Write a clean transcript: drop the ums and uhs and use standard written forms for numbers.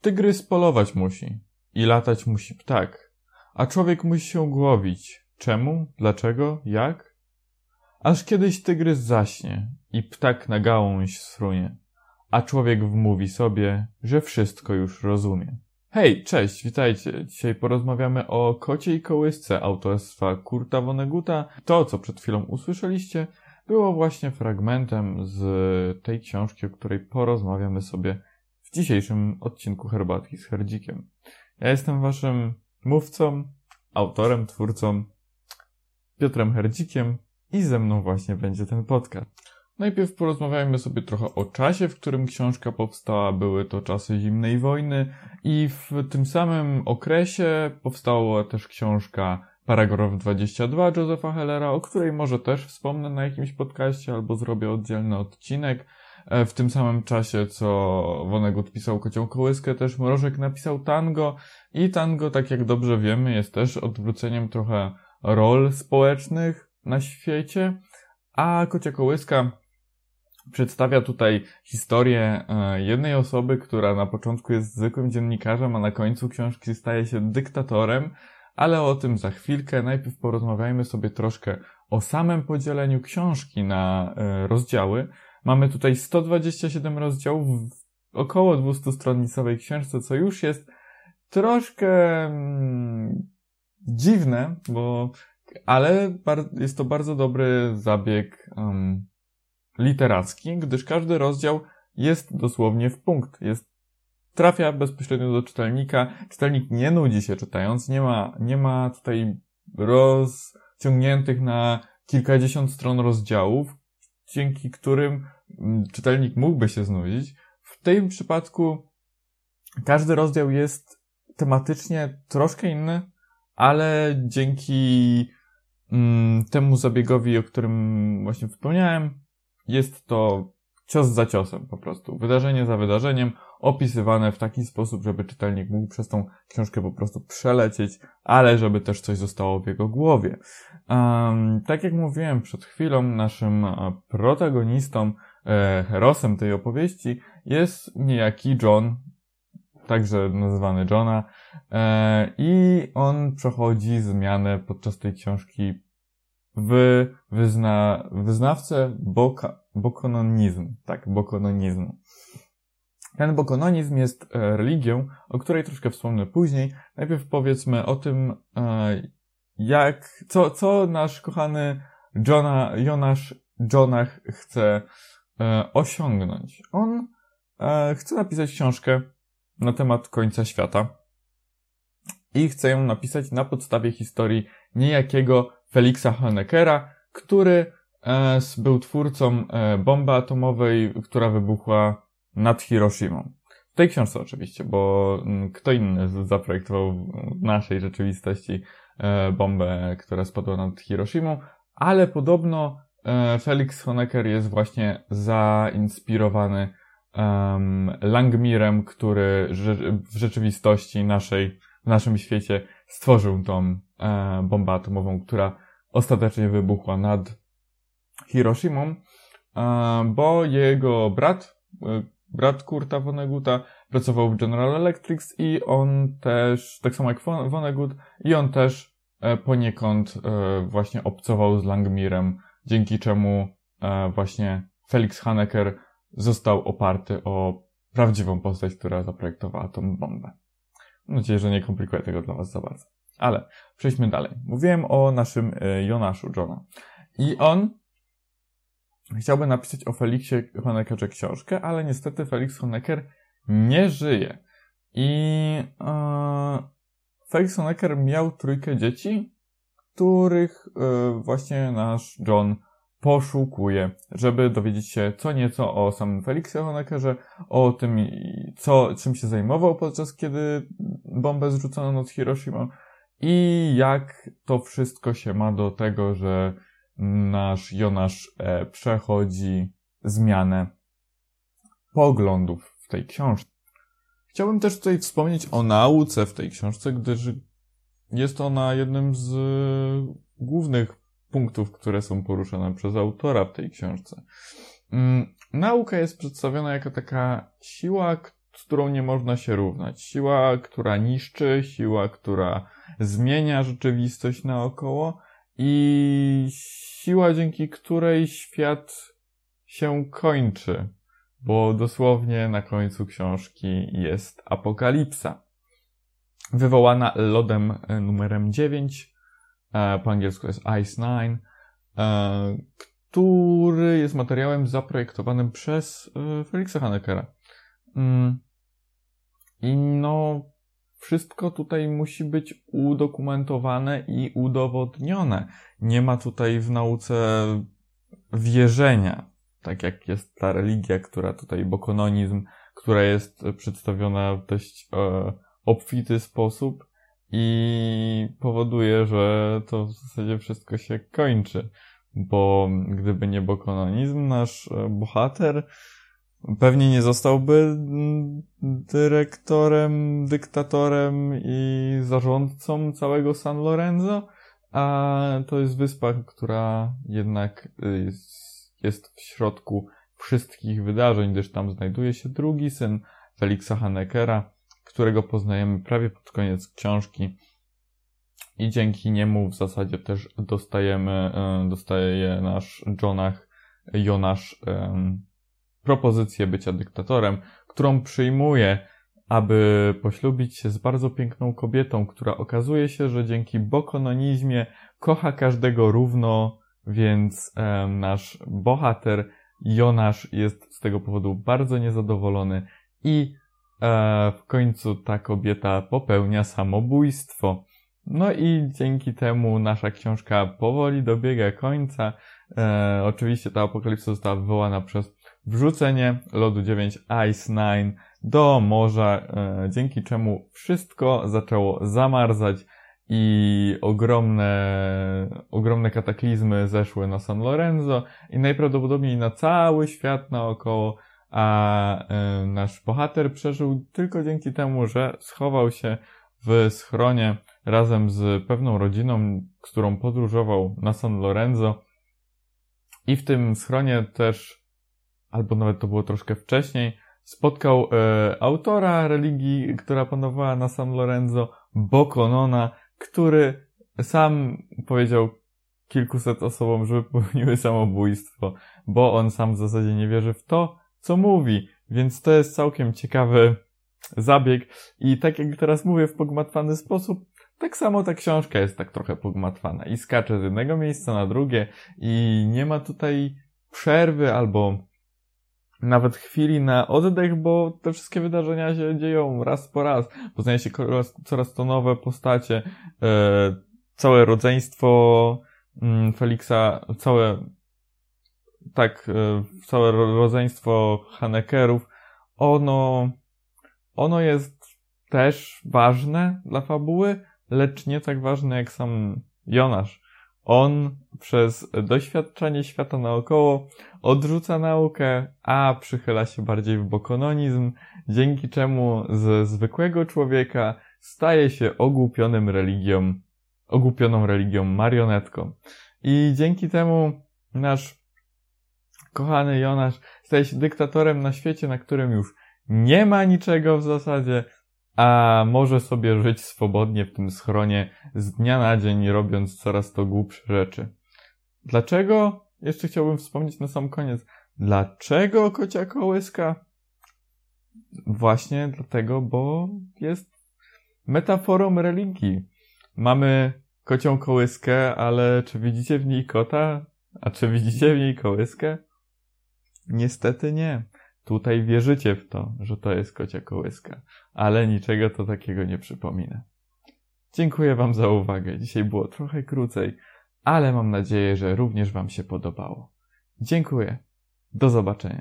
Tygrys polować musi i latać musi ptak, a człowiek musi się głowić. Czemu? Dlaczego? Jak? Aż kiedyś tygrys zaśnie i ptak na gałąź sfrunie, a człowiek wmówi sobie, że wszystko już rozumie. Hej, cześć, witajcie. Dzisiaj porozmawiamy o Kociej kołysce autorstwa Kurta Vonnegutta. To, co przed chwilą usłyszeliście, było właśnie fragmentem z tej książki, o której porozmawiamy sobie w dzisiejszym odcinku Herbatki z Herdzikiem. Ja jestem waszym mówcą, autorem, twórcą Piotrem Herdzikiem i ze mną właśnie będzie ten podcast. Najpierw porozmawiajmy sobie trochę o czasie, w którym książka powstała. Były to czasy zimnej wojny i w tym samym okresie powstała też książka Paragraf 22 Josepha Hellera, o której może też wspomnę na jakimś podcaście albo zrobię oddzielny odcinek. W tym samym czasie, co Vonnegut pisał Kocią kołyskę, też Mrożek napisał Tango i Tango, tak jak dobrze wiemy, jest też odwróceniem trochę ról społecznych na świecie, a Kocia kołyska przedstawia tutaj historię jednej osoby, która na początku jest zwykłym dziennikarzem, a na końcu książki staje się dyktatorem, ale o tym za chwilkę. Najpierw porozmawiajmy sobie troszkę o samym podzieleniu książki na rozdziały. Mamy tutaj 127 rozdziałów w około 200-stronicowej książce, co już jest troszkę dziwne, ale jest to bardzo dobry zabieg literacki, gdyż każdy rozdział jest dosłownie w punkt. Trafia bezpośrednio do czytelnika. Czytelnik nie nudzi się czytając, nie ma tutaj rozciągniętych na kilkadziesiąt stron rozdziałów, dzięki którym czytelnik mógłby się znudzić. W tym przypadku każdy rozdział jest tematycznie troszkę inny, ale dzięki temu zabiegowi, o którym właśnie wspomniałem, jest to cios za ciosem po prostu. Wydarzenie za wydarzeniem, opisywane w taki sposób, żeby czytelnik mógł przez tą książkę po prostu przelecieć, ale żeby też coś zostało w jego głowie. Tak jak mówiłem przed chwilą, naszym protagonistą, herosem tej opowieści jest niejaki John, także nazywany Johna, i on przechodzi zmianę podczas tej książki w wyznawcę bokononizmu. Tak, bokononizmu. Ten bokononizm jest religią, o której troszkę wspomnę później. Najpierw powiedzmy o tym, co nasz kochany Jonah chce osiągnąć. On chce napisać książkę na temat końca świata i chce ją napisać na podstawie historii niejakiego Felixa Honeckera, który był twórcą bomby atomowej, która wybuchła nad Hiroshimą. W tej książce oczywiście, bo kto inny zaprojektował w naszej rzeczywistości bombę, która spadła nad Hiroshimą, ale podobno Felix Honecker jest właśnie zainspirowany Langmirem, który w rzeczywistości w naszym świecie stworzył tą bombę atomową, która ostatecznie wybuchła nad Hiroshimą, bo jego brat Kurta Vonnegutta pracował w General Electric i on też, tak samo jak Vonnegut, i on też poniekąd właśnie obcował z Langmirem, dzięki czemu właśnie Felix Honecker został oparty o prawdziwą postać, która zaprojektowała tą bombę. Mam nadzieję, że nie komplikuję tego dla was za bardzo. Ale przejdźmy dalej. Mówiłem o naszym Jonaszu, Johna. I on chciałby napisać o Felixie Honeckerze książkę, ale niestety Felix Honecker nie żyje. I Felix Honecker miał 3 dzieci, których właśnie nasz John poszukuje, żeby dowiedzieć się co nieco o samym Felixie Honeckerze, o tym, czym się zajmował podczas kiedy bombę zrzucono nad Hiroshimą i jak to wszystko się ma do tego, że nasz Jonasz przechodzi zmianę poglądów w tej książce. Chciałbym też tutaj wspomnieć o nauce w tej książce, gdyż jest ona jednym z głównych punktów, które są poruszane przez autora w tej książce. Nauka jest przedstawiona jako taka siła, z którą nie można się równać. Siła, która niszczy, siła, która zmienia rzeczywistość naokoło i siła, dzięki której świat się kończy, bo dosłownie na końcu książki jest apokalipsa. Wywołana lodem numerem 9, po angielsku jest Ice 9, który jest materiałem zaprojektowanym przez Felixa Hanekera. I wszystko tutaj musi być udokumentowane i udowodnione. Nie ma tutaj w nauce wierzenia, tak jak jest ta religia, która tutaj, bokononizm, która jest przedstawiona w dość obfity sposób i powoduje, że to w zasadzie wszystko się kończy. Bo gdyby nie bokononizm, nasz bohater pewnie nie zostałby dyrektorem, dyktatorem i zarządcą całego San Lorenzo, a to jest wyspa, która jednak jest w środku wszystkich wydarzeń, gdyż tam znajduje się drugi syn Felixa Hanekera, którego poznajemy prawie pod koniec książki i dzięki niemu w zasadzie też dostaje nasz Jonasz propozycję bycia dyktatorem, którą przyjmuje, aby poślubić się z bardzo piękną kobietą, która okazuje się, że dzięki bokononizmie kocha każdego równo, więc nasz bohater Jonasz jest z tego powodu bardzo niezadowolony i w końcu ta kobieta popełnia samobójstwo. No i dzięki temu nasza książka powoli dobiega końca. Oczywiście ta apokalipsa została wywołana przez wrzucenie lodu 9 Ice 9 do morza, dzięki czemu wszystko zaczęło zamarzać i ogromne kataklizmy zeszły na San Lorenzo i najprawdopodobniej na cały świat naokoło, a nasz bohater przeżył tylko dzięki temu, że schował się w schronie razem z pewną rodziną, z którą podróżował na San Lorenzo i w tym schronie też, albo nawet to było troszkę wcześniej, spotkał autora religii, która panowała na San Lorenzo, Bokonona, który sam powiedział kilkuset osobom, żeby popełniły samobójstwo, bo on sam w zasadzie nie wierzy w to, co mówi, więc to jest całkiem ciekawy zabieg i tak jak teraz mówię w pogmatwany sposób, tak samo ta książka jest tak trochę pogmatwana i skacze z jednego miejsca na drugie i nie ma tutaj przerwy albo nawet chwili na oddech, bo te wszystkie wydarzenia się dzieją raz po raz. Poznaje się coraz to nowe postacie, całe rodzeństwo Felixa, całe rodzeństwo Hanekerów. Ono jest też ważne dla fabuły, lecz nie tak ważne jak sam Jonasz. On przez doświadczenie świata naokoło odrzuca naukę, a przychyla się bardziej w bokononizm, dzięki czemu z zwykłego człowieka staje się ogłupioną religią marionetką. I dzięki temu nasz kochany Jonasz staje się dyktatorem na świecie, na którym już nie ma niczego w zasadzie, a może sobie żyć swobodnie w tym schronie z dnia na dzień, robiąc coraz to głupsze rzeczy. Dlaczego? Jeszcze chciałbym wspomnieć na sam koniec. Dlaczego kocia kołyska? Właśnie dlatego, bo jest metaforą religii. Mamy kocią kołyskę, ale czy widzicie w niej kota? A czy widzicie w niej kołyskę? Niestety nie. Tutaj wierzycie w to, że to jest kocia kołyska, ale niczego to takiego nie przypomina. Dziękuję Wam za uwagę. Dzisiaj było trochę krócej, ale mam nadzieję, że również Wam się podobało. Dziękuję. Do zobaczenia.